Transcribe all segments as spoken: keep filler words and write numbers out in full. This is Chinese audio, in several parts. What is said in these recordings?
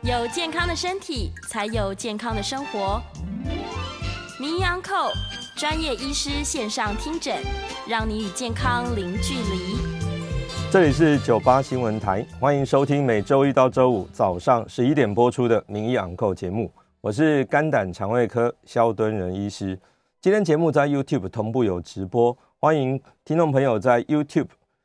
有健康的身体，才有健康的生活。名医昂扣专业医师线上听诊，让你与健康零距离。 这里是九八新闻台，欢迎收听每周一到周五早上十一点播出的名医昂扣节目。我是肝胆肠胃科萧敦仁医师。今天节目在 YouTube 同步有直播，欢迎听众朋友在 YouTube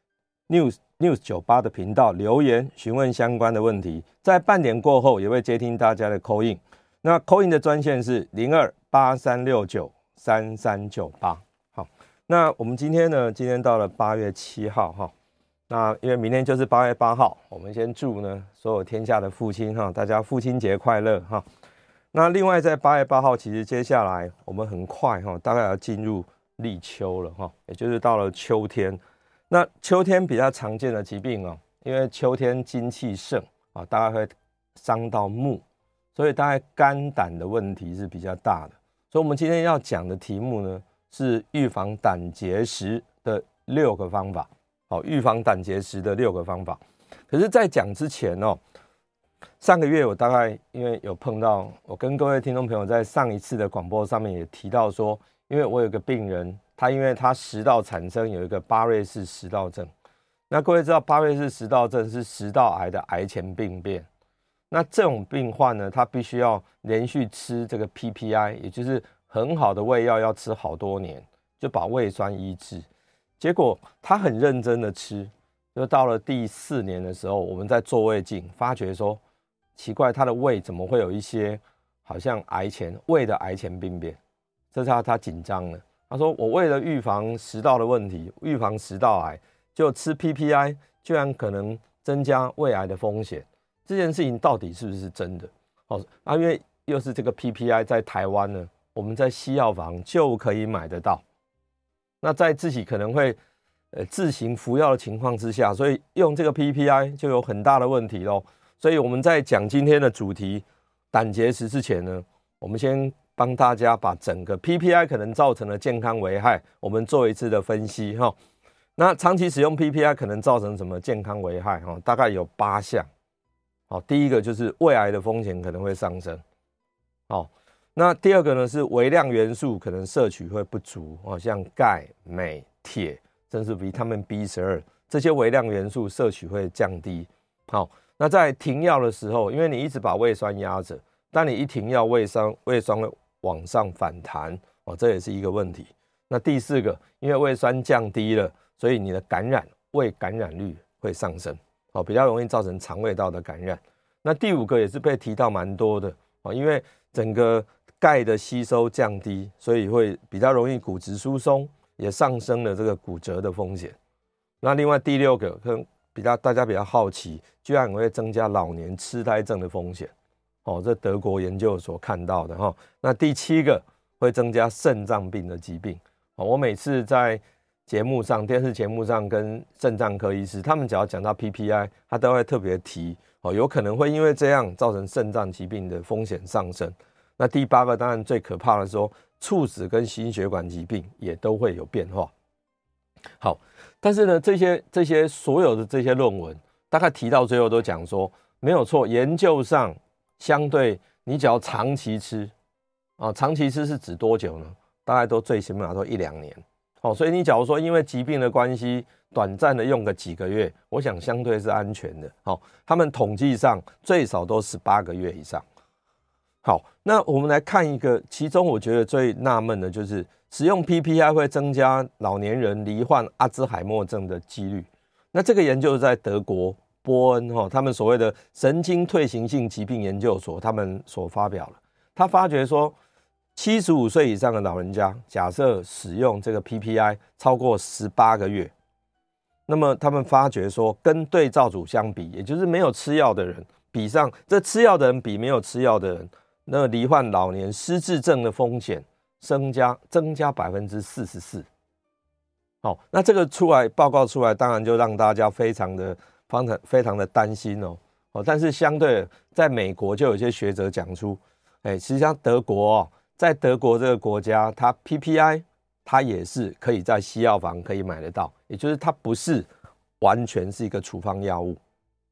News News 九八的频道留言询问相关的问题，在半点过后也会接听大家的 call in。那 call in 的专线是零二八三六九三三九八。好，那我们今天呢，今天到了八月七号哈，那因为明天就是八月八号，我们先祝呢所有天下的父亲哈，大家父亲节快乐哈。那另外在八月八号，其实接下来我们很快哈，大概要进入立秋了哈，也就是到了秋天。那秋天比较常见的疾病哦，因为秋天精气盛啊，大概会伤到目，所以大概肝胆的问题是比较大的。所以我们今天要讲的题目呢，是预防胆结石的六个方法。好，预防胆结石的六个方法。可是，在讲之前哦，上个月我大概因为有碰到，我跟各位听众朋友在上一次的广播上面也提到说，因为我有个病人。他因为他食道产生有一个巴瑞氏食道症，那各位知道巴瑞氏食道症是食道癌的癌前病变，那这种病患呢，他必须要连续吃这个 P P I， 也就是很好的胃药，要吃好多年，就把胃酸医治。结果他很认真的吃，就到了第四年的时候，我们在做胃镜，发觉说奇怪，他的胃怎么会有一些好像癌前胃的癌前病变，这是他他紧张了。他说：“我为了预防食道的问题，预防食道癌，就吃 P P I， 居然可能增加胃癌的风险。这件事情到底是不是真的？哦，啊，因为又是这个 P P I 在台湾呢，我们在西药房就可以买得到。那在自己可能会呃自行服药的情况之下，所以用这个 P P I 就有很大的问题咯。所以我们在讲今天的主题胆结石之前呢，我们先。”帮大家把整个 P P I 可能造成的健康危害，我们做一次的分析哈。那长期使用 P P I 可能造成什么健康危害哈？大概有八项。好，第一个就是胃癌的风险可能会上升。好，那第二个呢是微量元素可能摄取会不足哦，像钙、镁、铁，甚至维他命 B 十二 这些微量元素摄取会降低。好，那在停药的时候，因为你一直把胃酸压着，当你一停药，胃酸胃酸会往上反弹哦，这也是一个问题。那第四个，因为胃酸降低了，所以你的感染胃感染率会上升哦，比较容易造成肠胃道的感染。那第五个也是被提到蛮多的哦，因为整个钙的吸收降低，所以会比较容易骨质疏松，也上升了这个骨折的风险。那另外第六个，可能比较大家比较好奇，居然会增加老年痴呆症的风险。哦，这德国研究所看到的哈。那第七个会增加肾脏病的疾病。哦，我每次在节目上、电视节目上跟肾脏科医师，他们只要讲到 P P I， 他都会特别提哦，有可能会因为这样造成肾脏疾病的风险上升。那第八个当然最可怕的说，猝死跟心血管疾病也都会有变化。好，但是呢，这些这些所有的这些论文，大概提到最后都讲说，没有错，研究上。相对你只要长期吃啊，长期吃是指多久呢？大概都最起码都一两年。哦，所以你假如说因为疾病的关系，短暂的用个几个月，我想相对是安全的。好，他们统计上最少都十八个月以上。好，那我们来看一个，其中我觉得最纳闷的就是使用 P P I 会增加老年人罹患阿兹海默症的几率。那这个研究在德国。波恩哈，他们所谓的神经退行性疾病研究所，他们所发表了，他发觉说，七十五岁以上的老人家，假设使用这个 P P I 超过十八个月，那么他们发觉说，跟对照组相比，也就是没有吃药的人比上，这吃药的人比没有吃药的人，那罹患老年失智症的风险增加增加百分之四十四。好，那这个出来报告出来，当然就让大家非常的。非常的担心哦，哦，但是相对在美国就有些学者讲出，哎，实际上德国哦，在德国这个国家，它 P P I 它也是可以在西药房可以买得到，也就是它不是完全是一个处方药物，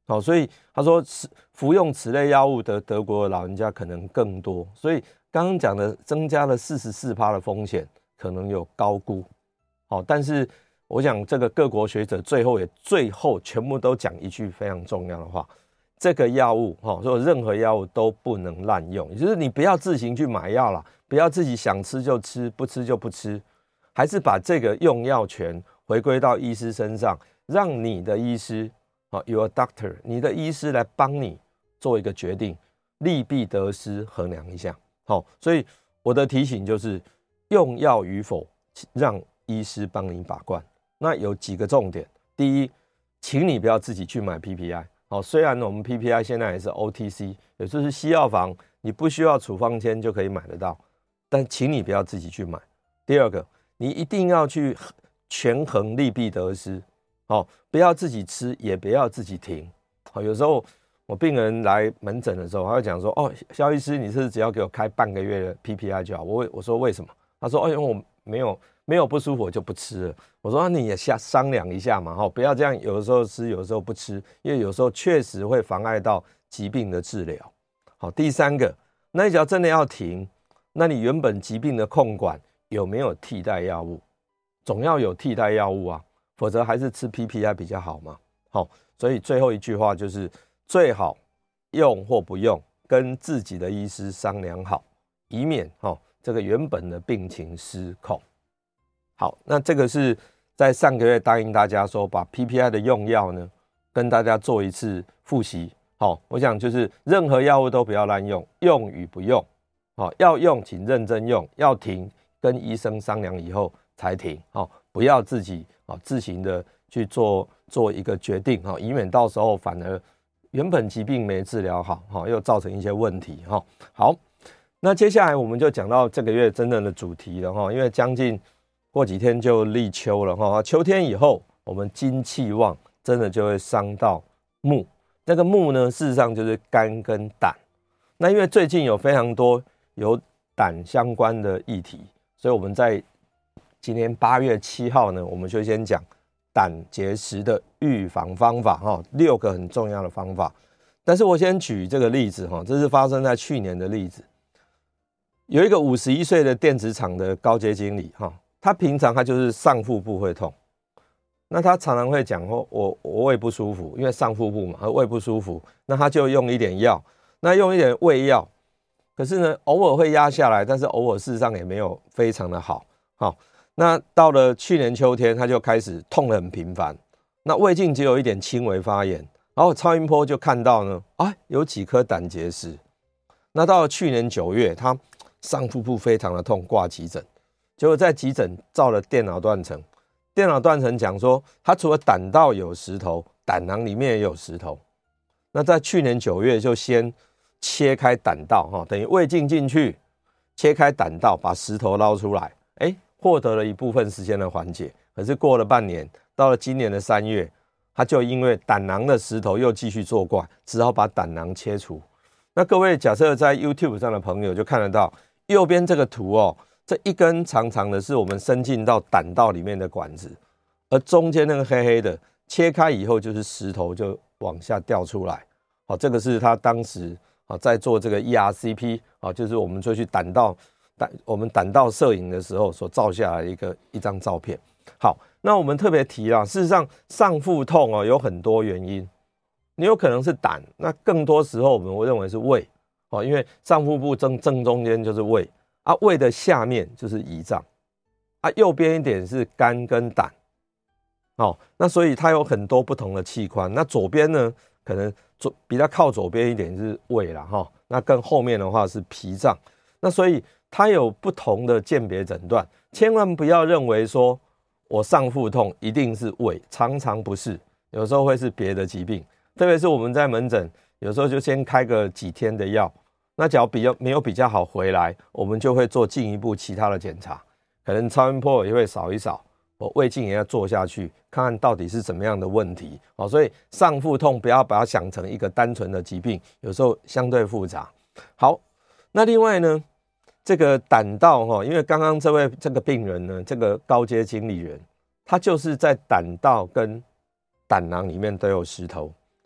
好，所以他说服用此类药物的德国的老人家可能更多，所以刚刚讲的增加了 百分之四十四 的风险，可能有高估。好，但是我想这个各国学者最后也最后全部都讲一句非常重要的话，这个药物哈，所以任何药物都不能滥用，也就是你不要自行去买药啦，不要自己想吃就吃，不吃就不吃，还是把这个用药权回归到医师身上，让你的医师，your doctor， 你的医师来帮你做一个决定，利弊得失衡量一下。好，所以我的提醒就是用药与否，让医师帮你把关。那有几个重点，第一，请你不要自己去买 P P I。好，虽然我们 P P I 现在也是 O T C， 也就是西药房，你不需要处方签就可以买得到，但请你不要自己去买。第二个，你一定要去权衡利弊得失，好，不要自己吃，也不要自己停。好，有时候我病人来门诊的时候，他会讲说：“哦，肖医师，你是只要给我开半个月的 P P I 就好。”我我说为什么？他说：“哦，因为我没有没有不舒服，我就不吃了。”我说：“那你也下商量一下嘛，哈，不要这样，有的时候吃，有的时候不吃，因为有时候确实会妨碍到疾病的治疗。”好，第三个，那你只要真的要停，那你原本疾病的控管有没有替代药物？总要有替代药物啊，否则还是吃 P P I 比较好嘛。好，所以最后一句话就是最好用或不用，跟自己的医师商量好，以免哈这个原本的病情失控。好，那这个是在上个月答应大家说，把 P P I 的用药呢，跟大家做一次复习。好，我想就是任何药物都不要滥用，用与不用，好，要用请认真用，要停跟医生商量以后才停，好，不要自己啊自行的去做做一个决定，哈，以免到时候反而原本疾病没治疗好，哈，又造成一些问题，哈。好，那接下来我们就讲到这个月真正的主题了，哈，因为将近过几天就立秋了，哈，秋天以后我们金气旺，真的就会伤到木。那个木呢，事实上就是肝跟胆。那因为最近有非常多有胆相关的议题，所以我们在今天八月七号呢，我们就先讲胆结石的预防方法，哈，六个很重要的方法。但是我先举这个例子，哈，这是发生在去年的例子。有一个五十一岁的电子厂的高阶经理，哈，他平常他就是上腹部会痛。那他常常会讲说，我我胃不舒服，因为上腹部嘛，他胃不舒服，那他就用一点药，那用一点胃药，可是呢，偶尔会压下来，但是偶尔事实上也没有非常的好。好，那到了去年秋天，他就开始痛得很频繁，那胃镜只有一点轻微发炎，然后超音波就看到呢，啊，有几颗胆结石。那到了去年九月，他上腹部非常的痛，挂急诊，结果在急诊照了电脑断层。电脑断层讲说，他除了胆道有石头，胆囊里面也有石头。那在去年九月就先切开胆道，哈，等于胃镜进去，切开胆道，把石头捞出来，哎，获得了一部分时间的缓解。可是过了半年，到了今年的三月，他就因为胆囊的石头又继续作怪，只好把胆囊切除。那各位假设在 YouTube 上的朋友就看得到右边这个图哦。这一根长长的是我们伸进到胆道里面的管子，而中间那个黑黑的切开以后就是石头就往下掉出来。好，这个是他当时在做这个 E R C P， 就是我们就去胆道胆我们胆道摄影的时候所照下来的一个一张照片。好，那我们特别提了，事实上上腹痛哦有很多原因，你有可能是胆，那更多时候我们会认为是胃哦，因为上腹部正正中间就是胃。啊，胃的下面就是胰脏，啊，右边一点是肝跟胆，哦，那所以它有很多不同的器官。那左边呢，可能左比较靠左边一点是胃啦，哈、哦，那更后面的话是脾脏。那所以它有不同的鉴别诊断，千万不要认为说我上腹痛一定是胃，常常不是，有时候会是别的疾病。特别是我们在门诊，有时候就先开个几天的药。那只要比较没有比较好回来，我们就会做进一步其他的检查，可能超音波也会扫一扫，我胃镜也要做下去，看看到底是怎么样的问题。好，所以上腹痛不要把它想成一个单纯的疾病，有时候相对复杂。好，那另外呢，这个胆道哈，因为刚刚这位这个病人呢，这个高阶经理人，他就是在胆道跟胆囊里面都有石头。好，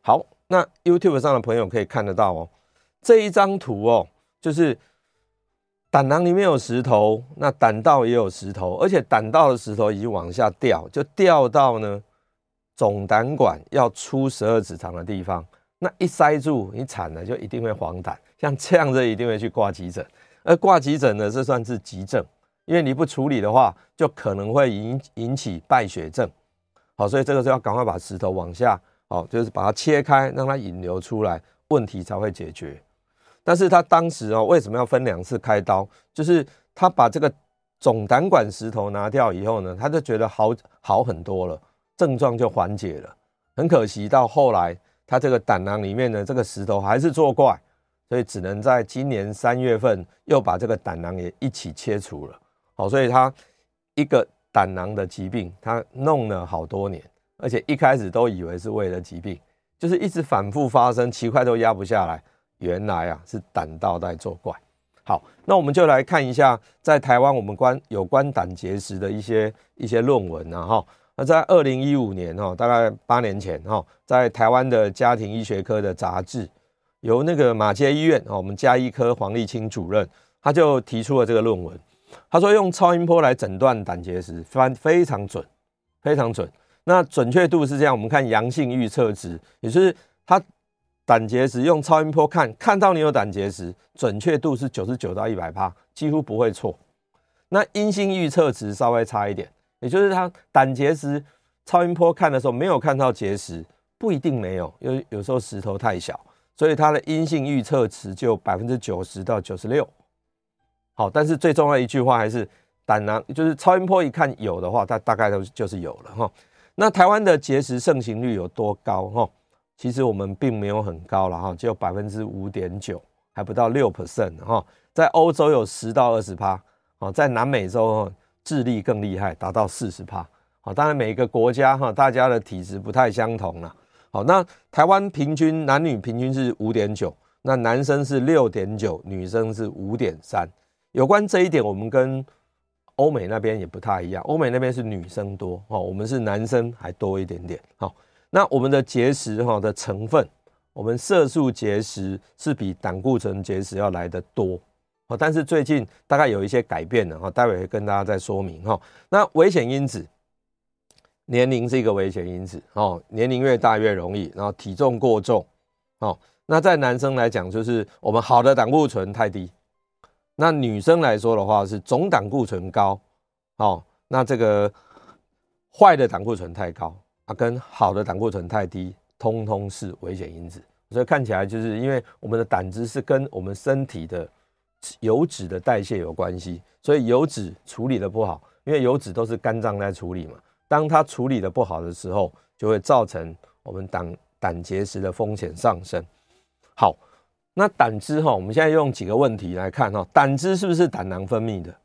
那 YouTube 上的朋友可以看得到哦，这一张图哦，就是胆囊里面有石头，那胆道也有石头，而且胆道的石头已经往下掉，就掉到呢总胆管要出十二指肠的地方，那一塞住，你惨了，就一定会黄疸，像这样子一定会去挂急诊，而挂急诊呢，这算是急症，因为你不处理的话，就可能会引引起败血症，好，所以这个时候要赶快把石头往下，好，就是把它切开，让它引流出来，问题才会解决。但是他当时哦，为什么要分两次开刀？就是他把这个总胆管石头拿掉以后呢，他就觉得好好很多了，症状就缓解了。很可惜，到后来他这个胆囊里面的这个石头还是作怪，所以只能在今年三月份又把这个胆囊也一起切除了。好，所以他一个胆囊的疾病，他弄了好多年，而且一开始都以为是胃的疾病，就是一直反复发生，奇怪都压不下来。原来啊是胆道在作怪。好，那我们就来看一下在台湾我们关有关胆结石的一些一些论文啊哈。那在二零一五年哈，大概八年前哈，在台湾的家庭医学科的杂志，由那个马偕医院我们家医科黄立清主任，他就提出了这个论文。他说用超音波来诊断胆结石，非常准，非常准。那准确度是这样，我们看阳性预测值，也就是他胆结石用超音波看，看到你有胆结石，准确度是九十九到 百分之百， 几乎不会错。那阴性预测值稍微差一点，也就是他胆结石超音波看的时候没有看到结石，不一定没有，因为有时候石头太小，所以它的阴性预测值就 百分之九十到九十六。好，但是最重要的一句话还是胆囊，就是超音波一看有的话，它大概都就是有了哈。那台湾的结石盛行率有多高哈？其实我们并没有很高了哈，只有 百分之五点九， 还不到 百分之六 哈。在欧洲有 百分之十到二十， 在南美洲智利更厉害，达到 百分之四十。好，当然每个国家哈，大家的体质不太相同啦。好，那台湾平均男女平均是 五点九， 那男生是 六点九， 女生是 五点三。有关这一点，我们跟欧美那边也不太一样，欧美那边是女生多，我们是男生还多一点点。好，那我们的结石的成分，我们色素结石是比胆固醇结石要来得多，但是最近大概有一些改变了，待会会跟大家再说明。那危险因子，年龄是一个危险因子，年龄越大越容易，然后体重过重，那在男生来讲就是我们好的胆固醇太低，那女生来说的话是总胆固醇高，那这个坏的胆固醇太高啊，跟好的胆固醇太低，通通是危险因子。所以看起来就是因为我们的胆汁是跟我们身体的油脂的代谢有关系，所以油脂处理的不好，因为油脂都是肝脏在处理嘛，当它处理的不好的时候，就会造成我们胆胆结石的风险上升。好，那胆汁哈，我们现在用几个问题来看哈，胆汁是不是胆囊分泌的？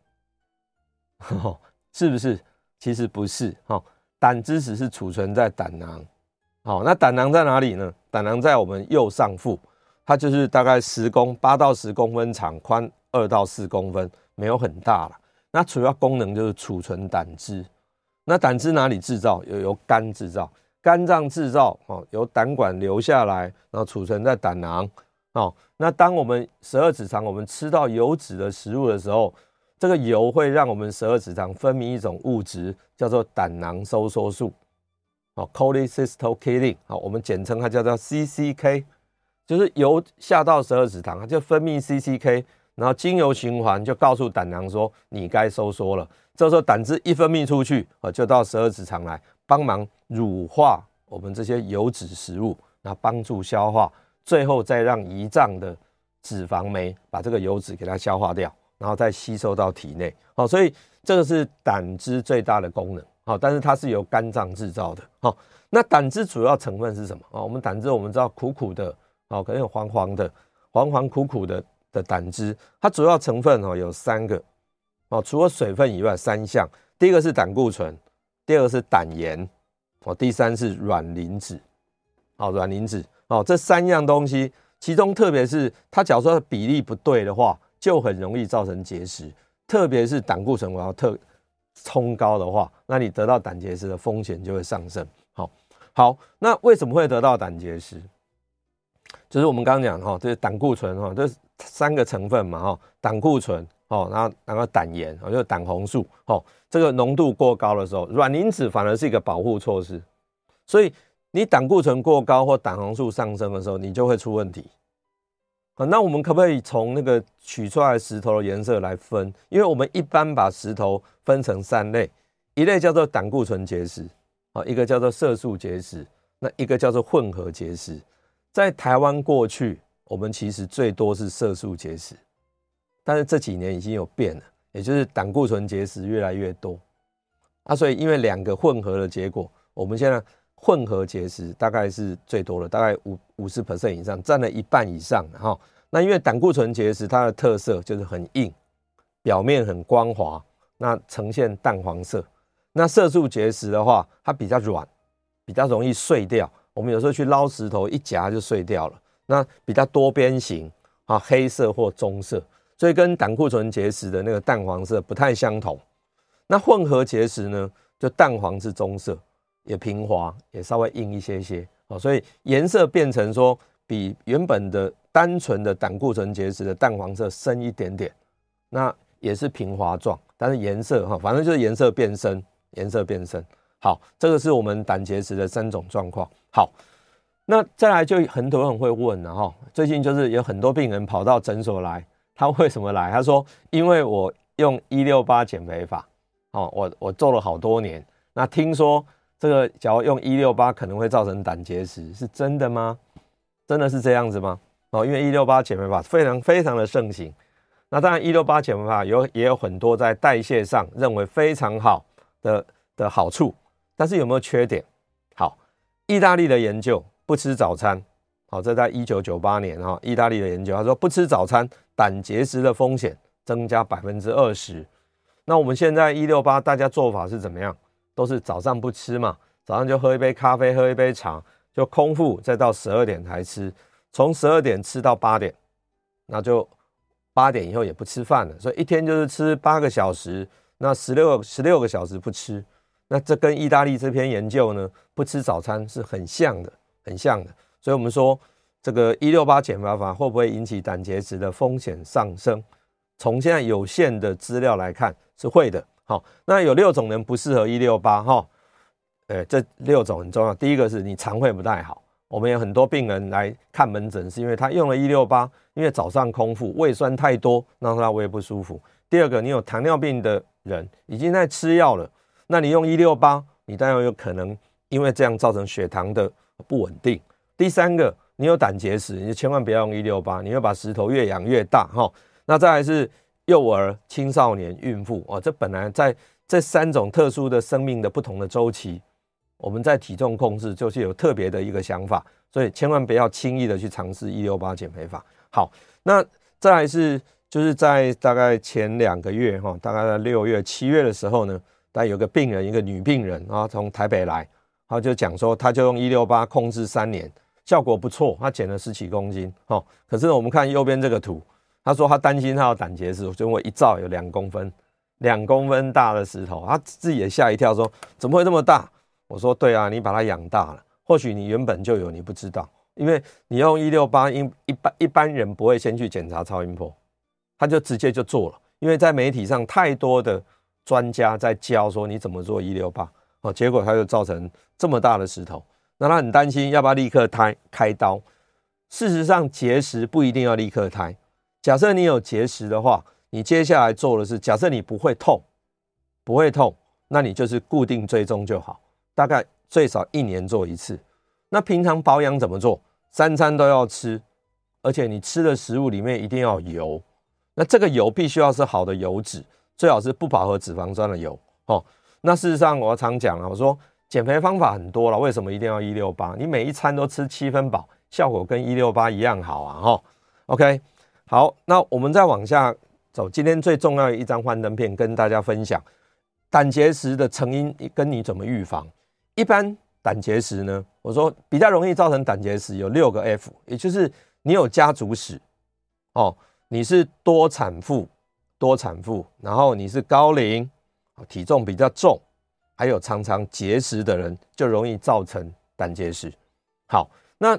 是不是？其实不是哈。胆汁只是储存在胆囊，好，那胆囊在哪里呢？胆囊在我们右上腹，它就是大概十公八到十公分长，宽二到四公分，没有很大了。那主要功能就是储存胆汁。那胆汁哪里制造？由由肝制造，肝脏制造，哦，由胆管流下来，然后储存在胆囊。哦，那当我们十二指肠我们吃到油脂的食物的时候，这个油会让我们十二指肠分泌一种物质，叫做胆囊收缩素，哦 cholecystokinin， 好，我们简称它叫做 C C K， 就是油下到十二指肠，它就分泌 C C K， 然后经由循环就告诉胆囊说你该收缩了。这时候胆汁一分泌出去，就到十二指肠来帮忙乳化我们这些油脂食物，然后帮助消化，最后再让胰脏的脂肪酶把这个油脂给它消化掉，然后再吸收到体内。好，所以这个是胆汁最大的功能。好，但是它是由肝脏制造的。好，那胆汁主要成分是什么？我们胆汁我们知道苦苦的，好，可能有黄黄的、黄黄苦苦的的胆汁，它主要成分有三个。哦，除了水分以外，三项。第一个是胆固醇，第二个是胆盐，哦，第三是卵磷脂。好，卵磷脂，哦，这三样东西，其中特别是它假如说比例不对的话，就很容易造成结石。特别是胆固醇我要特冲高的话，那你得到胆结石的风险就会上升。好，好，那为什么会得到胆结石？ 就是我们刚刚讲哈，这是胆固醇哈，这三个成分嘛哈，胆固醇哦，然后然后胆盐哦，就是胆红素哦，这个浓度过高的时候，卵磷脂反而是一个保护措施，所以你胆固醇过高或胆红素上升的时候，你就会出问题。好，那我们可不可以从那个取出来石头的颜色来分？因为我们一般把石头分成三类，一类叫做胆固醇结石，一个叫做色素结石，那一个叫做混合结石。在台湾过去，我们其实最多是色素结石，但是这几年已经有变了，也就是胆固醇结石越来越多啊，所以因为两个混合的结果，我们现在混合结石大概是最多的，大概 百分之五十 以上，占了一半以上哈。那因为胆固醇结石它的特色就是很硬，表面很光滑，那呈现淡黄色。那色素结石的话，它比较软，比较容易碎掉。我们有时候去捞石头，一夹就碎掉了。那比较多边形啊，黑色或棕色，所以跟胆固醇结石的那个淡黄色不太相同。那混合结石呢，就淡黄是棕色，也平滑，也稍微硬一些些，所以颜色变成说比原本的单纯的胆固醇结石的淡黄色深一点点，那也是平滑状，但是颜色哈，反正就是颜色变深，颜色变深。好，这个是我们胆结石的三种状况。好，那再来就很多人会问了哈，最近就是有很多病人跑到诊所来，他为什么来？他说因为我用一六八减肥法，哦，我我做了好多年，那听说这个假如用一六八可能会造成胆结石，是真的吗？真的是这样子吗？哦，因为一六八减肥法非常非常的盛行，那当然一六八减肥法有也有很多在代谢上认为非常好的的好处，但是有没有缺点？好，意大利的研究不吃早餐，好，这在一九九八年哈，意大利的研究他说不吃早餐胆结石的风险增加 百分之二十。那我们现在一六八大家做法是怎么样？都是早上不吃嘛，早上就喝一杯咖啡，喝一杯茶，就空腹，再到十二点才吃，从十二点吃到八点，那就八点以后也不吃饭了，所以一天就是吃八个小时，那十六十六个小时不吃。那这跟意大利这篇研究呢，不吃早餐是很像的，很像的。所以我们说这个一六八减肥法会不会引起胆结石的风险上升？从现在有限的资料来看是会的。好，那有六种人不适合一六八哈，呃，这六种很重要。第一个是你肠胃不太好，我们有很多病人来看门诊是因为他用了一六八，因为早上空腹，胃酸太多，让他胃不舒服。第二个，你有糖尿病的人已经在吃药了，那你用一六八，你当然有可能因为这样造成血糖的不稳定。第三个，你有胆结石，你千万不要用一六八，你会把石头越养越大哈。那再来是幼儿、青少年、孕妇哦，这本来在这三种特殊的生命的不同的周期，我们在体重控制就是有特别的一个想法，所以千万不要轻易的去尝试一六八减肥法。好，那再来是就是在大概前两个月哈，大概在六月、七月的时候呢，但有个病人，一个女病人啊，从台北来，她就讲说，她就用一六八控制三年，效果不错，她减了十几公斤哈。可是我们看右边这个图。他说他担心他有胆结石，所以我一照有两公分，两公分大的石头，他自己也吓一跳，说怎么会这么大？我说对啊，你把它养大了，或许你原本就有，你不知道，因为你用一六八，一般一般人不会先去检查超音波，他就直接就做了，因为在媒体上太多的专家在教说你怎么做一六八，哦，结果他就造成这么大的石头，那他很担心要不要立刻开开刀。事实上，结石不一定要立刻开。假设你有结石的话，你接下来做的是，假设你不会痛，不会痛，那你就是固定追踪就好，大概最少一年做一次。那平常保养怎么做？三餐都要吃，而且你吃的食物里面一定要有油，那这个油必须要是好的油脂，最好是不饱和脂肪酸的油。哦，那事实上我常讲啊，我说减肥方法很多了，为什么一定要一六八？你每一餐都吃七分饱，效果跟一六八一样好啊。哦 OK。好，那我们再往下走。今天最重要的一张幻灯片跟大家分享，胆结石的成因跟你怎么预防。一般胆结石呢，我说比较容易造成胆结石有六个 F， 也就是你有家族史哦，你是多产妇，多产妇，然后你是高龄，体重比较重，还有常常节食的人，就容易造成胆结石。好，那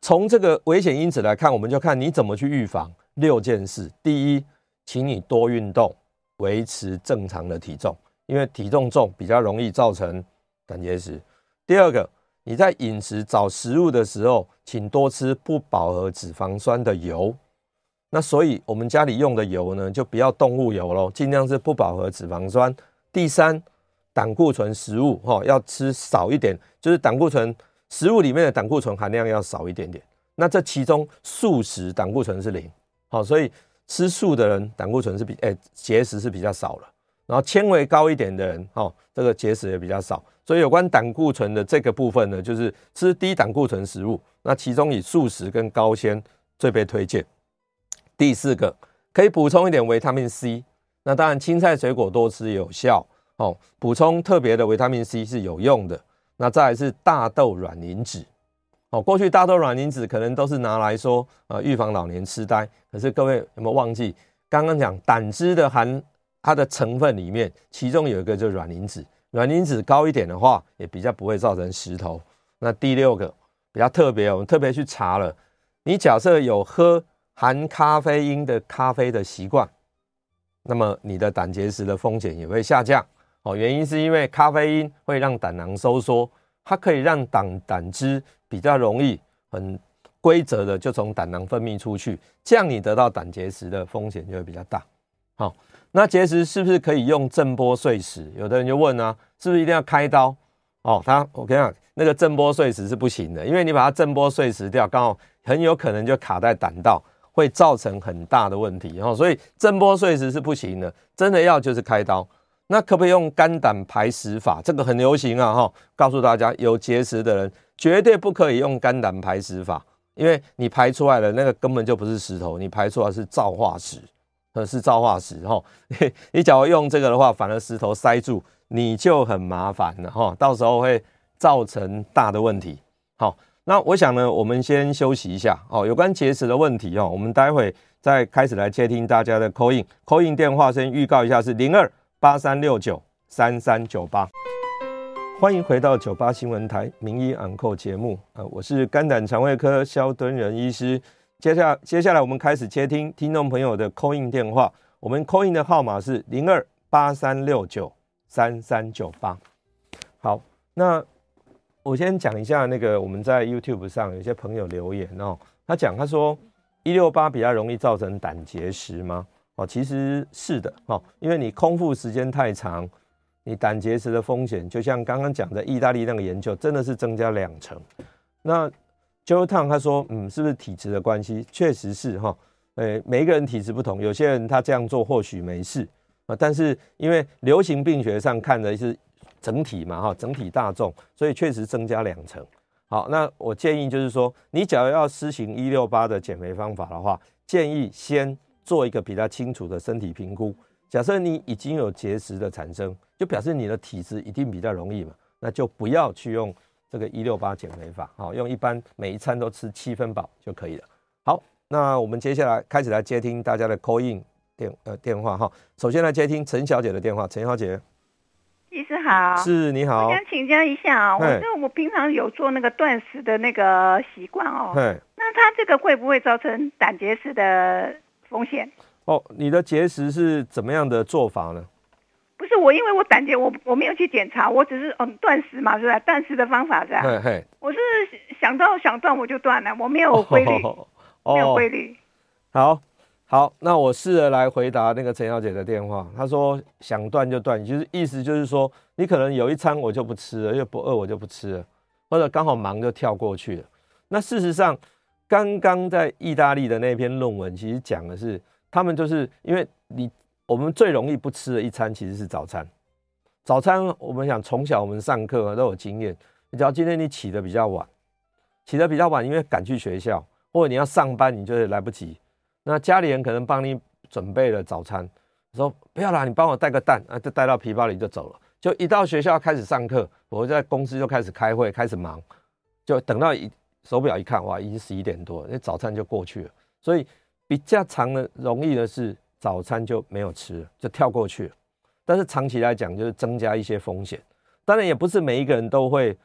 从这个危险因子来看，我们就看你怎么去预防六件事。第一，请你多运动，维持正常的体重，因为体重重比较容易造成胆结石。第二个，你在饮食找食物的时候，请多吃不饱和脂肪酸的油。那所以我们家里用的油呢，就不要动物油咯，尽量是不饱和脂肪酸。第三，胆固醇食物、哦、要吃少一点，就是胆固醇食物里面的胆固醇含量要少一点点。那这其中素食胆固醇是零，好、哦，所以吃素的人胆固醇是比哎结石是比较少了。然后纤维高一点的人，哦，这个结石也比较少。所以有关胆固醇的这个部分呢，就是吃低胆固醇食物，那其中以素食跟高纤最被推荐。第四个，可以补充一点维他命 C， 那当然青菜水果多吃有效，哦，补充特别的维他命 C 是有用的。那再来是大豆卵磷脂，哦，过去大豆卵磷脂可能都是拿来说呃预防老年痴呆，可是各位有没有忘记刚刚讲胆汁的含它的成分里面，其中有一个就是卵磷脂，卵磷脂高一点的话，也比较不会造成石头。那第六个比较特别，我们特别去查了，你假设有喝含咖啡因的咖啡的习惯，那么你的胆结石的风险也会下降。哦，原因是因为咖啡因会让胆囊收缩，它可以让胆胆汁比较容易很规则的就从胆囊分泌出去，这样你得到胆结石的风险就会比较大。好、哦，那结石是不是可以用震波碎石？有的人就问啊，是不是一定要开刀？哦，他我跟你讲，那个震波碎石是不行的，因为你把它震波碎石掉，刚好很有可能就卡在胆道，会造成很大的问题。哦，所以震波碎石是不行的，真的要就是开刀。那可不可以用肝胆排石法？这个很流行啊，齁，告诉大家，有结石的人绝对不可以用肝胆排石法，因为你排出来的那个根本就不是石头，你排出来是皂化石，是皂化石齁。你假如用这个的话，反而石头塞住，你就很麻烦了齁，到时候会造成大的问题。好，那我想呢，我们先休息一下哦。有关结石的问题哦，我们待会再开始来接听大家的 call in， call in 电话先预告一下是零二八三六九三三九八，欢迎回到九八新闻台名医昂扣节目啊，我是肝胆肠胃科萧敦仁医师。接下接下来我们开始接听听众朋友的 call in 电话，我们 call in 的号码是零二八三六九三三九八。好，那我先讲一下那个我们在 YouTube 上有些朋友留言哦，他讲他说一六八比较容易造成胆结石吗？哦，其实是的哦，因为你空腹时间太长，你胆结石的风险，就像刚刚讲的意大利那个研究，真的是增加两成。那 Joe Tang 他说，嗯，是不是体质的关系？确实是哈，呃，每一个人体质不同，有些人他这样做或许没事啊，但是因为流行病学上看的是整体嘛哈，整体大众，所以确实增加两成。好，那我建议就是说，你假如要施行一六八的减肥方法的话，建议先做一个比较清楚的身体评估。假设你已经有结石的产生，就表示你的体质一定比较容易嘛，那就不要去用这个一六八减肥法，好，用一般每一餐都吃七分饱就可以了。好，那我们接下来开始来接听大家的 call in 电呃电话哈。首先来接听陈小姐的电话，陈小姐。 医师好。 是，你好。 我想请教一下啊、哦，我是我平常有做那个断食的那个习惯哦，那它这个会不会造成胆结石的风险？ 哦，你的结石是怎么样的做法呢？ 不是我，因为我胆结我我没有去检查，我只是嗯断食嘛，是吧？断食的方法是吧？ 嘿嘿， 我是想到想断我就断了，我没有规律，哦哦、没有规律。 好，好，那我试着来回答那个陈小姐的电话。她说想断就断，就是意思就是说，你可能有一餐我就不吃了，因为不饿我就不吃了，或者刚好忙就跳过去了。那事实上，刚刚在意大利的那篇论文其实讲的是，他们就是因为你我们最容易不吃的一餐其实是早餐。早餐我们想从小我们上课都有经验，只要今天你起得比较晚，起得比较晚，因为赶去学校，或者你要上班，你就会来不及。那家里人可能帮你准备了早餐，说不要啦，你帮我带个蛋啊，就带到皮包里就走了。就一到学校开始上课，我在公司就开始开会，开始忙，就等到一手表一看，哇，已经十一点多了，那早餐就过去了。所以比较长的容易的是早餐就没有吃了，就跳过去了。但是长期来讲，就是增加一些风险。当然也不是每一个人都会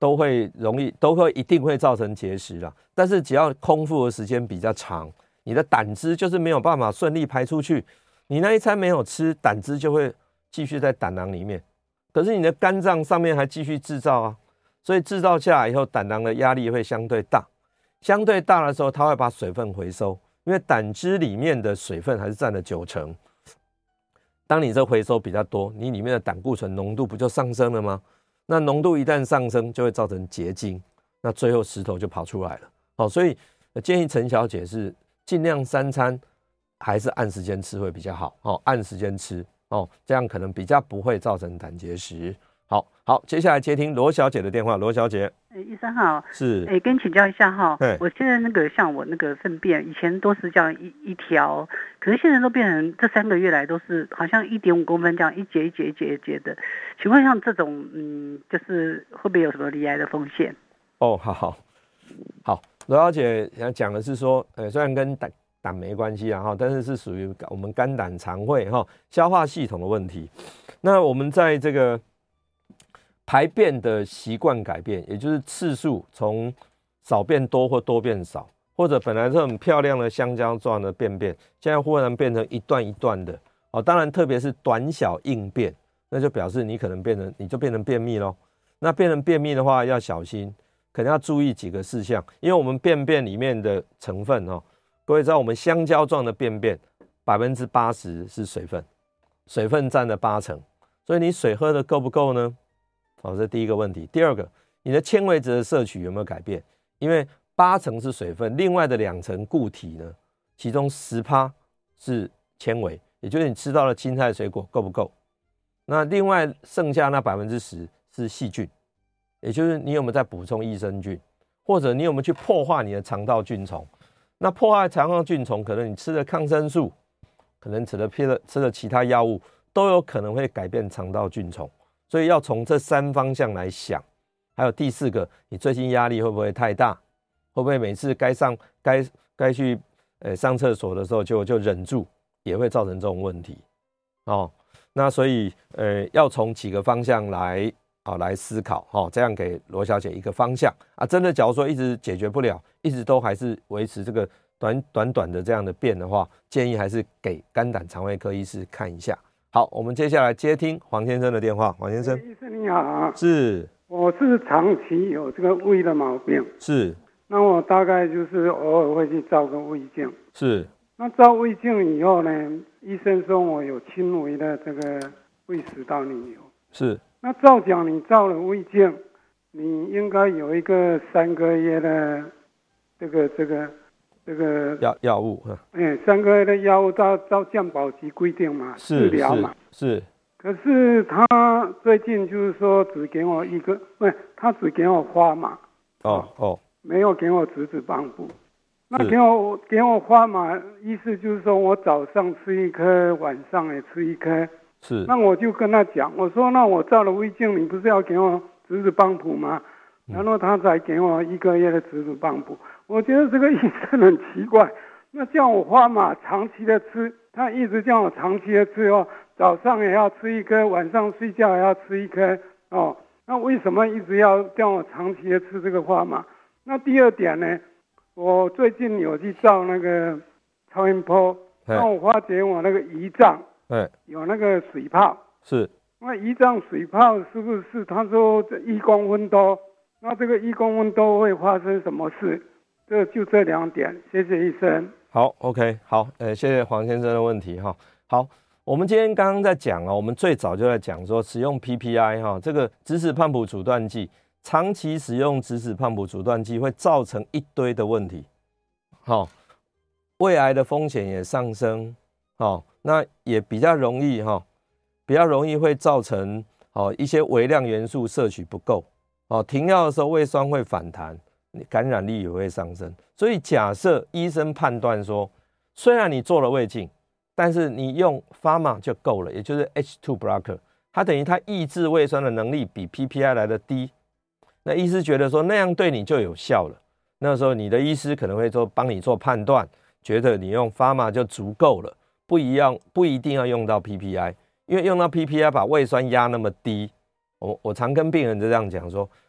都会容易都会一定会造成结石啦。但是只要空腹的时间比较长，你的胆汁就是没有办法顺利排出去，你那一餐没有吃，胆汁就会继续在胆囊里面，可是你的肝脏上面还继续制造啊，所以制造下来以后，胆囊的压力会相对大，相对大的时候，它会把水分回收，因为胆汁里面的水分还是占了九成。当你这回收比较多，你里面的胆固醇浓度不就上升了吗？那浓度一旦上升，就会造成结晶，那最后石头就跑出来了。好，所以建议陈小姐是尽量三餐还是按时间吃会比较好，哦，按时间吃哦，这样可能比较不会造成胆结石。好好，接下来接听罗小姐的电话。罗小姐， 哎、欸，医生好， 是， 哎、欸，跟请教一下哈，我现在那个像我那个粪便，以前都是这样一一条，可是现在都变成这三个月来都是好像一点五公分这样一节一节一节一节的，请问像这种，嗯，就是会不会有什么罹癌的风险？ 哦，好好好，罗小姐想讲的是说，呃，虽然跟胆胆没关系啊哈，但是是属于我们肝胆肠胃哈消化系统的问题。那我们在这个排便的习惯改变，也就是次数从少变多或多变少，或者本来是很漂亮的香蕉状的便便，现在忽然变成一段一段的哦。当然，特别是短小硬便，那就表示你可能变成你就变成便秘咯。那变成便秘的话，要小心，可能要注意几个事项，因为我们便便里面的成分哦，各位知道我们香蕉状的便便百分之八十是水分，水分占了八成，所以你水喝的够不够呢？好，这是第一个问题。第二个，你的纤维质的摄取有没有改变？因为八成是水分，另外的两成固体呢，其中 百分之十 是纤维，也就是你吃到的青菜水果够不够？那另外剩下那 百分之十 是细菌，也就是你有没有在补充益生菌，或者你有没有去破坏你的肠道菌丛？那破坏肠道菌丛，可能你吃了抗生素，可能吃了吃了其他药物，都有可能会改变肠道菌丛。所以要从这三方向来想。还有第四个，你最近压力会不会太大？会不会每次该上该该去呃上厕所的时候就就忍住，也会造成这种问题哦。那所以呃要从几个方向来啊、哦、来思考哦，这样给罗小姐一个方向啊。真的，假如说一直解决不了，一直都还是维持这个短短短的这样的便的话，建议还是给肝胆肠胃科医师看一下。好，我们接下来接听黄先生的电话。黄先生， 医生你好。 是， 我是长期有这个胃的毛病。 是， 那我大概就是偶尔会去照个胃镜。 是， 那照胃镜以后呢，医生说我有轻微的这个胃食道逆流。 是， 那照讲你照了胃镜，你应该有一个三个月的这个这个这个药药物， 哎，三个月的药物照照健保局规定嘛，治疗嘛。 是。是可是他最近就是说只给我一个，不是，他只给我花麻， 哦哦， 没有给我质子帮补。那给我给我花麻，意思就是说我早上吃一颗，晚上也吃一颗。 是。 那我就跟他讲，我说那我照了胃镜，你不是要给我质子帮补吗？然后他才给我一个月的质子帮补。我觉得这个医生很奇怪，那叫我花麻长期的吃，他一直叫我长期的吃哦。早上也要吃一颗，晚上睡觉也要吃一颗哦。那为什么一直要叫我长期的吃这个花麻？那第二点呢，我最近有去照那个超音波，那我发觉我那个胰脏有那个水泡。 是。 那胰脏水泡是不是？他说这一公分多，那这个一公分多会发生什么事？这就这两点，谢谢医生。 好 ，OK， 好，呃，谢谢黄先生的问题哈。好。我们今天刚刚在讲啊，我们最早就在讲说，使用 P P I 哈，这个质子胖补阻断剂，长期使用质子胖补阻断剂会造成一堆的问题，好，胃癌的风险也上升，好，那也比较容易哈，比较容易会造成好一些微量元素摄取不够，哦，停药的时候胃酸会反弹，感染力也会上升。所以假设医生判断说，虽然你做了胃镜，但是你用 Pharma 就够了，也就是 H 二 blocker， 它等于它抑制胃酸的能力比 P P I 来的低。那医师觉得说那样对你就有效了，那时候你的医师可能会做帮你做判断，觉得你用 Pharma 就足够了，不一样不一定要用到 P P I， 因为用到 P P I 把胃酸压那么低，我我常跟病人就这样讲说，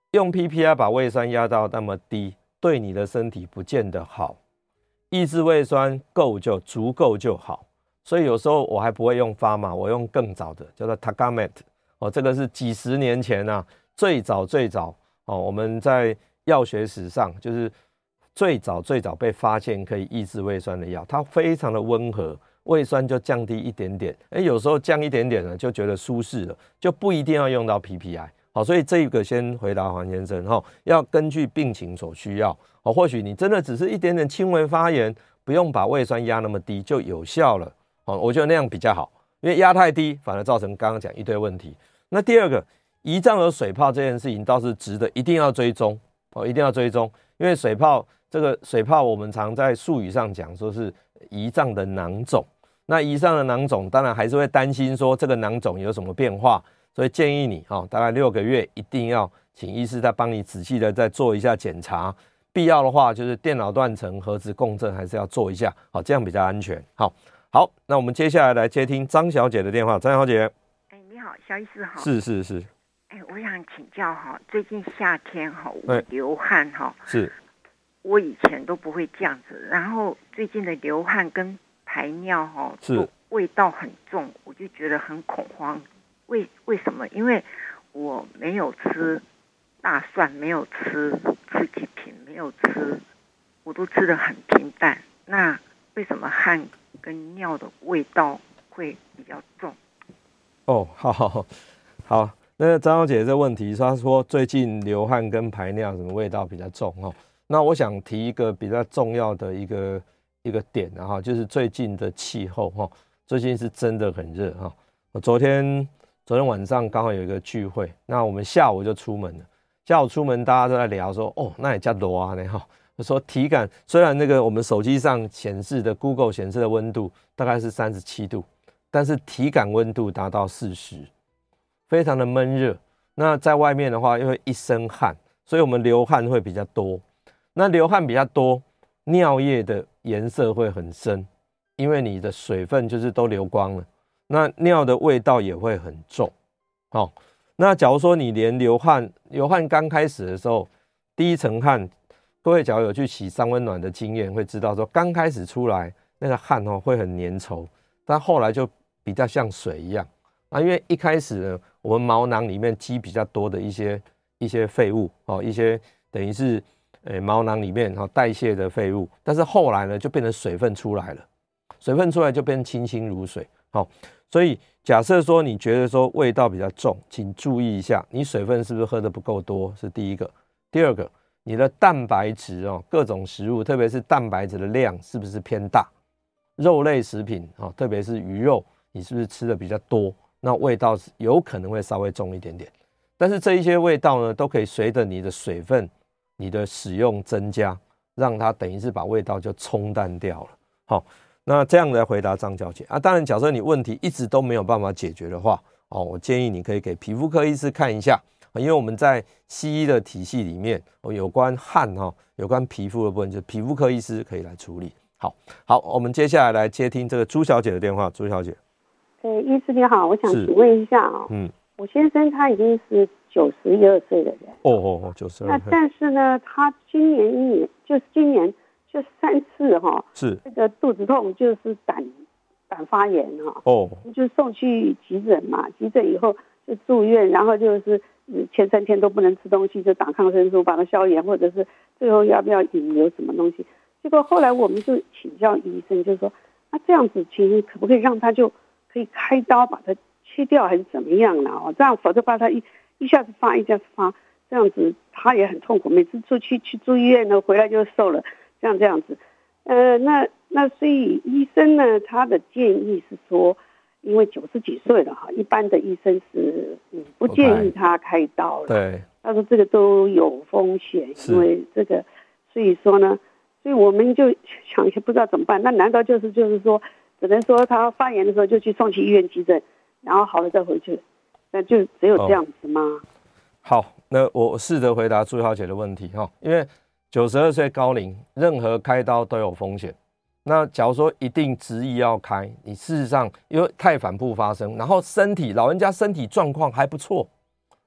用 P P I 把胃酸压到那么低，对你的身体不见得好。抑制胃酸够就足够就好。所以有时候我还不会用发麻，我用更早的，叫做 Tagamet 哦，这个是几十年前啊，最早最早哦，我们在药学史上就是最早最早被发现可以抑制胃酸的药，它非常的温和，胃酸就降低一点点，哎，有时候降一点点呢，就觉得舒适了，就不一定要用到 P P I。好，所以这个先回答黄先生哈，要根据病情所需要哦，或许你真的只是一点点轻微发炎，不用把胃酸压那么低就有效了。哦，我觉得那样比较好，因为压太低反而造成刚刚讲一堆问题。那第二个，胰脏有水泡这件事情倒是值得一定要追踪哦，一定要追踪，因为水泡这个水泡我们常在术语上讲说是胰脏的囊肿，那胰脏的囊肿当然还是会担心说这个囊肿有什么变化，所以建议你哦，大概六个月一定要请医师再帮你仔细的再做一下检查，必要的话就是电脑断层、核磁共振还是要做一下，好，这样比较安全。好。好，那我们接下来来接听张小姐的电话。张小姐， 哎，你好，肖医师好。 是是是。 哎，我想请教哈，最近夏天哈，我流汗哈， 是， 我以前都不会这样子，然后最近的流汗跟排尿哈， 是味道很重，我就觉得很恐慌。为为什么？因为我没有吃大蒜，没有吃吃几瓶，没有吃，我都吃得很平淡。那为什么汗跟尿的味道会比较重？ 哦，好好好，好，那张小姐这问题，她说最近流汗跟排尿什么味道比较重哦？那我想提一个比较重要的一个一个点啊哈，就是最近的气候哈，最近是真的很热哈。我昨天昨天晚上刚好有一个聚会，那我们下午就出门了，下午出门大家都在聊说，哦，那也叫热啊呢哈。说体感虽然那个我们手机上显示的 Google 显示的温度大概是三十七度，但是体感温度达到四十，非常的闷热。那在外面的话，因为一身汗，所以我们流汗会比较多。那流汗比较多，尿液的颜色会很深，因为你的水分就是都流光了。那尿的味道也会很重。好、哦，那假如说你连流汗，流汗刚开始的时候，第一层汗。各位假如有去洗三温暖的经验，会知道说刚开始出来那个汗哦会很粘稠，但后来就比较像水一样啊，因为一开始呢，我们毛囊里面积比较多的一些一些废物哦，一些等于是呃毛囊里面哈代谢的废物，但是后来呢就变成水分出来了，水分出来就变清清如水。好，所以假设说你觉得说味道比较重，请注意一下，你水分是不是喝得不够多？是第一个，第二个。你的蛋白质哦，各种食物，特别是蛋白质的量是不是偏大？肉类食品哦，特别是鱼肉，你是不是吃的比较多？那味道有可能会稍微重一点点。但是这一些味道呢，都可以随着你的水分、你的使用增加，让它等于是把味道就冲淡掉了。好，那这样来回答张小姐啊。当然，假设你问题一直都没有办法解决的话，哦，我建议你可以给皮肤科医师看一下。因为我们在西医的体系里面，有关汗哈、有关皮肤的部分，就是皮肤科医师可以来处理。好，好，我们接下来来接听这个朱小姐的电话。朱小姐， 呃，医师你好，我想请问一下哦，嗯，我先生他已经是九十一二岁的人， 哦哦哦，九十二。 那但是呢，他今年一年就是今年就三次哈、哦， 是这个肚子痛，就是胆胆发炎哈、 哦，哦， 就送去急诊嘛，急诊以后就住院，然后就是。前三天都不能吃东西，就打抗生素把它消炎，或者是最后要不要引流什么东西。结果后来我们就请教医生，就说那、啊、这样子其实可不可以让他就可以开刀把它切掉，还是怎么样呢？哦，这样否则怕他一一下子发一下子发，这样子他也很痛苦。每次出去去住医院呢，回来就瘦了，这样这样子。呃，那那所以医生呢，他的建议是说。因为九十几岁了哈，一般的医生是嗯不建议他开刀了。 对， 他说这个都有风险，因为这个，所以说呢，所以我们就想也不知道怎么办。那难道就是就是说，只能说他发炎的时候就去送去医院急诊，然后好了再回去，那就只有这样子吗？哦、 好，那我试着回答朱小姐的问题哈，因为九十二岁高龄，任何开刀都有风险。那假如说一定执意要开，你事实上因为太反复发生，然后身体老人家身体状况还不错，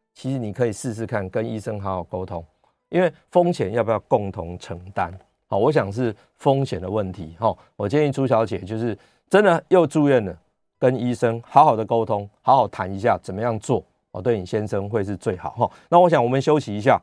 其实你可以试试看跟医生好好沟通，因为风险要不要共同承担？好，我想是风险的问题。好，我建议朱小姐就是真的又住院了，跟医生好好的沟通，好好谈一下怎么样做，哦，对你先生会是最好。哈，那我想我们休息一下。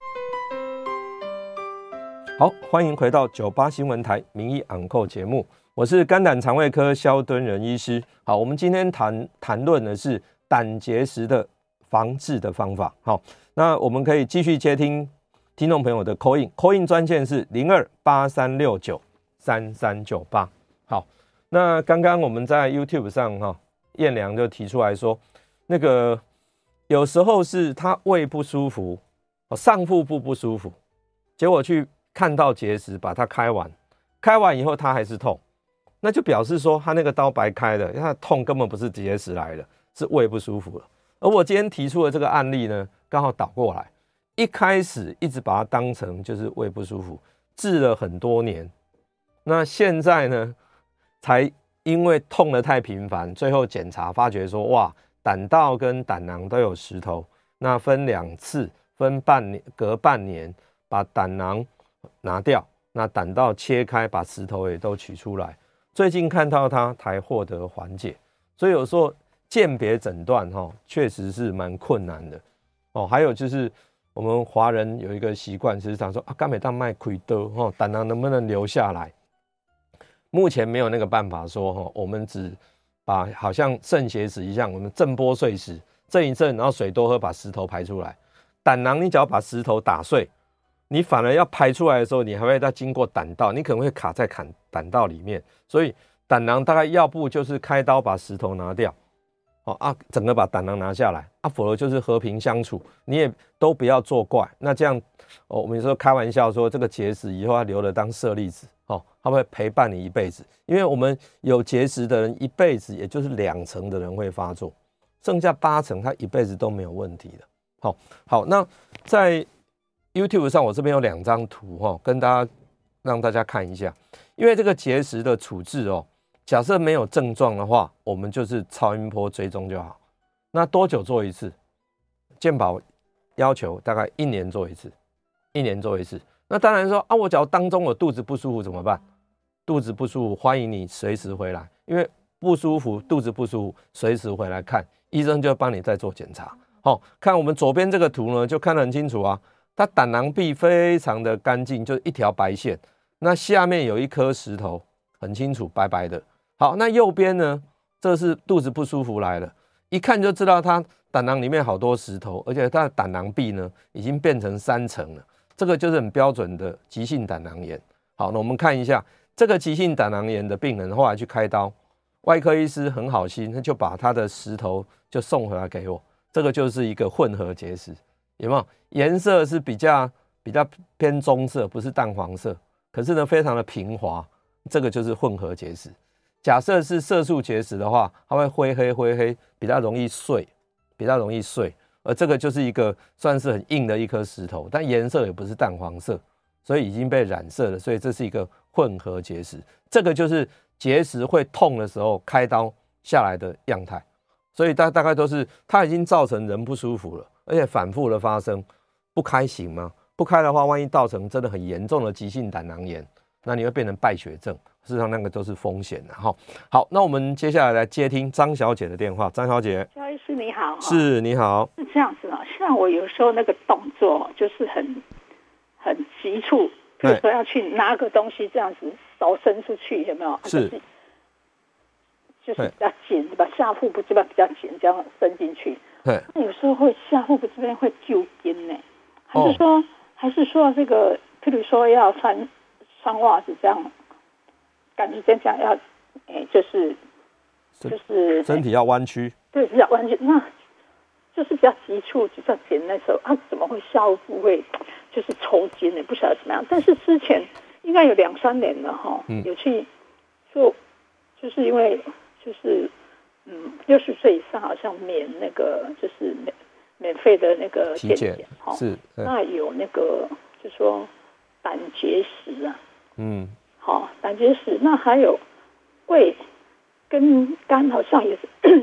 好，欢迎回到九八新闻台名医昂扣节目，我是肝胆肠胃科萧敦仁医师。好，我们今天谈谈论的是胆结石的防治的方法。好，那我们可以继续接听听众朋友的 call in， call in 专线是零二八三六九三三九八。好，那刚刚我们在 YouTube 上哈，燕良就提出来说，那个有时候是他胃不舒服，上腹部不舒服，结果去看到结石，把它开完，开完以后他还是痛，那就表示说他那个刀白开的，他的痛根本不是结石来的，是胃不舒服了。而我今天提出的这个案例呢，刚好倒过来。一开始一直把它当成就是胃不舒服，治了很多年，那现在呢，才因为痛得太频繁，最后检查发觉说，哇，胆道跟胆囊都有石头，那分两次，分半年，隔半年把胆囊拿掉，那胆道切开，把石头也都取出来。最近看到他才获得缓解，所以有时候鉴别诊断哈，确实是蛮困难的哦。还有就是。我们华人有一个习惯，就是想说啊，甘美当卖亏的哈，胆囊能不能留下来？目前没有那个办法说哈，我们只把好像肾结石一样，我们震波碎石，震一震，然后水多喝，把石头排出来。胆囊你只要把石头打碎，你反而要排出来的时候，你还会再经过胆道，你可能会卡在胆胆道里面，所以胆囊大概要不就是开刀把石头拿掉。哦啊，整个把胆囊拿下来啊，否则就是和平相处，你也都不要作怪。那这样，哦，我们说开玩笑说，这个结石以后要留着当舍利子，哦，它会陪伴你一辈子。因为我们有结石的人一辈子，也就是两成的人会发作，剩下八成他一辈子都没有问题的。好、哦，好，那在 YouTube 上，我这边有两张图哈、哦，跟大家让大家看一下，因为这个结石的处置哦。假设没有症状的话，我们就是超音波追踪就好。那多久做一次？健保要求大概一年做一次，一年做一次。那当然说啊，我假如当中我肚子不舒服怎么办？肚子不舒服，欢迎你随时回来，因为不舒服，肚子不舒服，随时回来看，医生就帮你再做检查。好、哦，看我们左边这个图呢，就看得很清楚啊，它胆囊壁非常的干净，就一条白线。那下面有一颗石头，很清楚，白白的。好，那右边呢？这是肚子不舒服来了，一看就知道它胆囊里面好多石头，而且它的胆囊壁呢已经变成三层了，这个就是很标准的急性胆囊炎。好，那我们看一下这个急性胆囊炎的病人，后来去开刀，外科医师很好心，他就把他的石头就送回来给我，这个就是一个混合结石，有没有？颜色是比较比较偏棕色，不是淡黄色，可是呢非常的平滑，这个就是混合结石。假设是色素结石的话，它会灰黑灰黑，比较容易碎，比较容易碎。而这个就是一个算是很硬的一颗石头，但颜色也不是淡黄色，所以已经被染色了，所以这是一个混合结石。这个就是结石会痛的时候开刀下来的样态。所以大大概都是它已经造成人不舒服了，而且反复的发生，不开行吗？不开的话，万一造成真的很严重的急性胆囊炎，那你会变成败血症。事实上，那个都是风险的哈。好，那我们接下来来接听张小姐的电话。张小姐， 肖医师你好。 是，你好。 是这样子啊，像我有时候那个动作就是很很急促，比如说要去拿个东西，这样子手伸出去，有没有？ 是， 就是比较紧，把下腹部这边比较紧，这样伸进去。 对。 有时候会下腹部这边会揪筋呢，还是说、哦、还是说这个，譬如说要穿穿袜子这样。感觉这样要，哎，就是就是身体要弯曲， 对，比较弯曲，那就是比较急促、比较紧那时候，啊，怎么会下腹会就是抽筋呢？不晓得怎么样。但是之前应该有两三年了哈，嗯、有去做，就是因为就是嗯六十岁以上好像免那个就是免免费的那个健检哈， 是那有那个就说胆结石啊， 嗯。 好、哦，胆结石，那还有胃跟肝好像也是，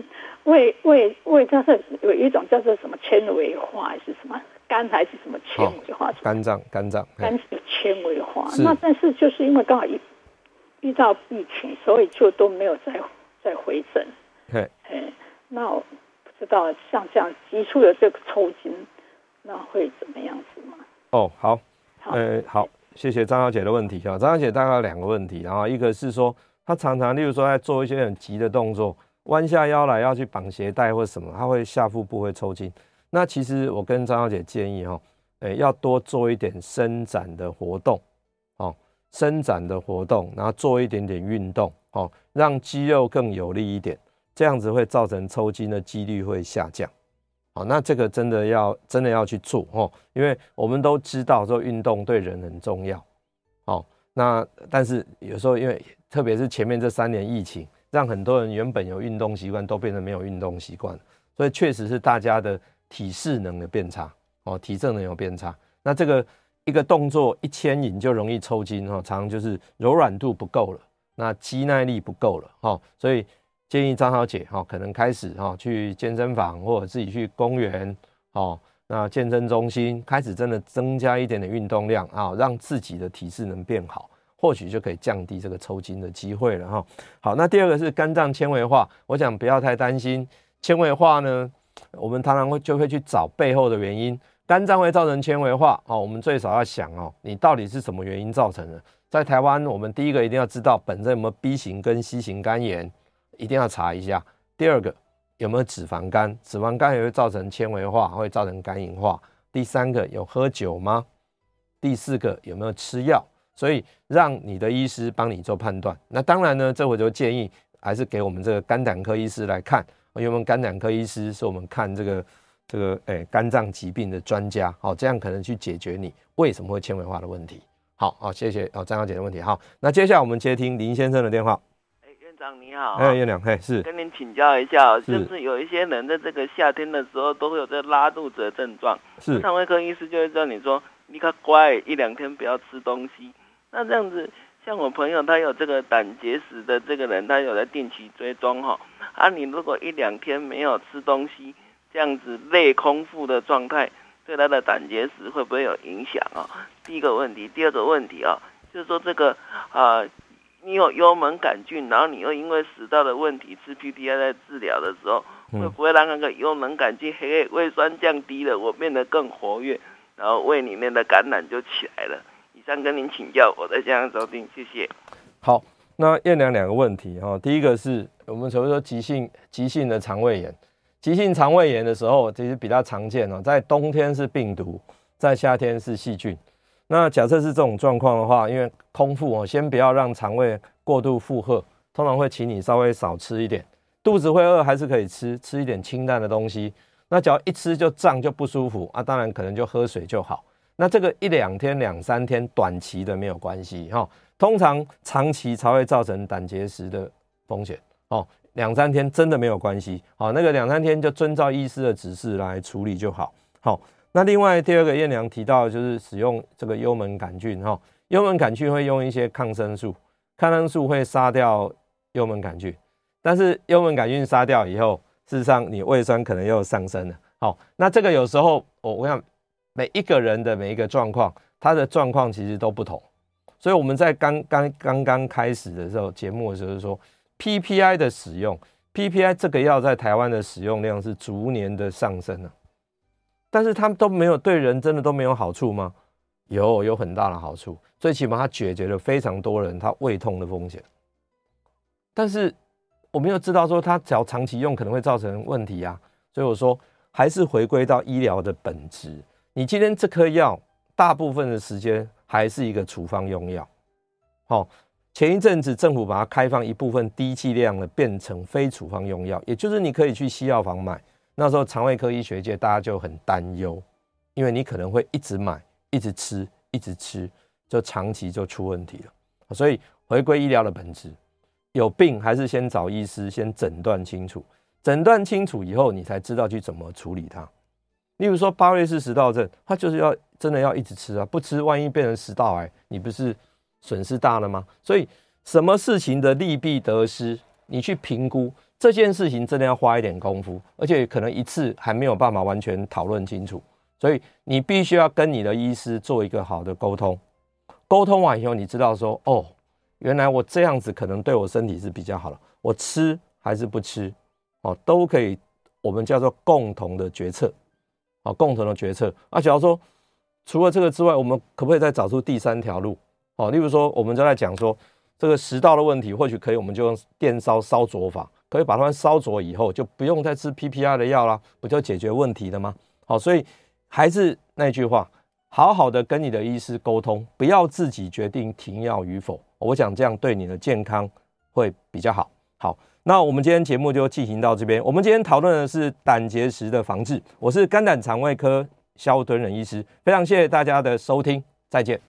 胃胃胃它是有一种叫做什么纤维化还是什么肝还是什么纤维化？ 哦、肝脏肝脏肝有纤维化。那但是就是因为刚好遇遇到疫情，所以就都没有再再回诊。 嘿， 哎，那我不知道像这样急促的这个抽筋，那会怎么样子吗？ 哦，好，呃，好，谢谢张小姐的问题哈。张小姐大概有两个问题，然后一个是说她常常，例如说在做一些很急的动作，弯下腰来要去绑鞋带或什么，她会下腹部会抽筋。那其实我跟张小姐建议哈，诶，要多做一点伸展的活动，哦，伸展的活动，然后做一点点运动，哦，让肌肉更有力一点，这样子会造成抽筋的几率会下降。好，那这个真的要真的要去做哦，因为我们都知道说运动对人很重要。好，那但是有时候因为特别是前面这三年疫情，让很多人原本有运动习惯都变成没有运动习惯，所以确实是大家的体适能的变差哦，体正能有变差。那这个一个动作一牵引就容易抽筋哦，常常就是柔软度不够了，那肌耐力不够了哦，所以建议张小姐哈，可能开始哈去健身房或者自己去公园哦，那健身中心开始真的增加一点点运动量啊，让自己的体适能变好，或许就可以降低这个抽筋的机会了哈。好，那第二个是肝脏纤维化，我想不要太担心纤维化呢，我们常常会就会去找背后的原因。肝脏会造成纤维化哦，我们最少要想哦，你到底是什么原因造成的？在台湾，我们第一个一定要知道本身有没有 B 型跟 C 型肝炎。一定要查一下。第二个有没有脂肪肝？脂肪肝也会造成纤维化，会造成肝硬化。第三个有喝酒吗？第四个有没有吃药？所以让你的医师帮你做判断。那当然呢，这我就建议还是给我们这个肝胆科医师来看，因为我们肝胆科医师是我们看这个这个诶肝脏疾病的专家，好，这样可能去解决你为什么会纤维化的问题。好，好，谢谢哦张小姐的问题。好，那接下来我们接听林先生的电话。 院长你好， 哎，院长，嘿，是跟您请教一下，就是有一些人在这个夏天的时候都会有这拉肚子的症状， 是肠胃科医师就会叫你说，你可乖，一两天不要吃东西。那这样子，像我朋友他有这个胆结石的这个人，他有在定期追踪哈，啊，你如果一两天没有吃东西，这样子类空腹的状态，对他的胆结石会不会有影响啊？第一个问题，第二个问题啊，就是说这个啊。呃你有幽门杆菌，然后你又因为食道的问题吃 P P I 在治疗的时候，嗯、会不会让那个幽门杆菌黑胃酸降低了，我变得更活跃，然后胃里面的感染就起来了？以上跟您请教，我再这样收听，谢谢。 好，那燕良两个问题哈，第一个是我们所谓说急性急性的肠胃炎，急性肠胃炎的时候其实比较常见哦，在冬天是病毒，在夏天是细菌。那假设是这种状况的话，因为空腹哦，先不要让肠胃过度负荷，通常会请你稍微少吃一点，肚子会饿还是可以吃，吃一点清淡的东西。那只要一吃就胀就不舒服啊，当然可能就喝水就好。那这个一两天、两三天短期的没有关系哈、哦，通常长期才会造成胆结石的风险哦。两三天真的没有关系，好、哦，那个两三天就遵照医师的指示来处理就好，好、哦。那另外第二个燕良提到的就是使用这个幽门杆菌哈，幽门杆菌会用一些抗生素，抗生素会杀掉幽门杆菌，但是幽门杆菌杀掉以后，事实上你胃酸可能又上升了。好，那这个有时候我我想每一个人的每一个状况，他的状况其实都不同，所以我们在刚刚刚刚开始的时候节目的时候就说 P P I 的使用 ，P P I 这个药在台湾的使用量是逐年的上升了。但是他们都没有对人真的都没有好处吗？有，有很大的好处，最起码它解决了非常多人他胃痛的风险。但是我们又知道说它只要长期用可能会造成问题啊，所以我说还是回归到医疗的本质。你今天这颗药大部分的时间还是一个处方用药。好、哦，前一阵子政府把它开放一部分低剂量的变成非处方用药，也就是你可以去西药房买。那时候肠胃科医学界大家就很担忧，因为你可能会一直买、一直吃、一直吃，就长期就出问题了。所以回归医疗的本质，有病还是先找医师，先诊断清楚，诊断清楚以后，你才知道去怎么处理它。例如说巴瑞氏食道症，它就是要真的要一直吃啊，不吃万一变成食道癌，你不是损失大了吗？所以什么事情的利弊得失，你去评估， 这件事情真的要花一点功夫，而且可能一次还没有办法完全讨论清楚，所以你必须要跟你的医师做一个好的沟通。沟通完以后，你知道说，哦，原来我这样子可能对我身体是比较好的，我吃还是不吃，哦，都可以，我们叫做共同的决策，哦，共同的决策。啊，假如说除了这个之外，我们可不可以再找出第三条路？哦，例如说，我们就在讲说，这个食道的问题，或许可以，我们就用电烧烧灼法，可以把它们烧灼以后，就不用再吃 P P I 的药啦，不就解决问题了吗？好，所以还是那句话，好好的跟你的医师沟通，不要自己决定停药与否。我想这样对你的健康会比较好。好，那我们今天节目就进行到这边。我们今天讨论的是胆结石的防治，我是肝胆肠胃科萧敦仁医师，非常谢谢大家的收听，再见。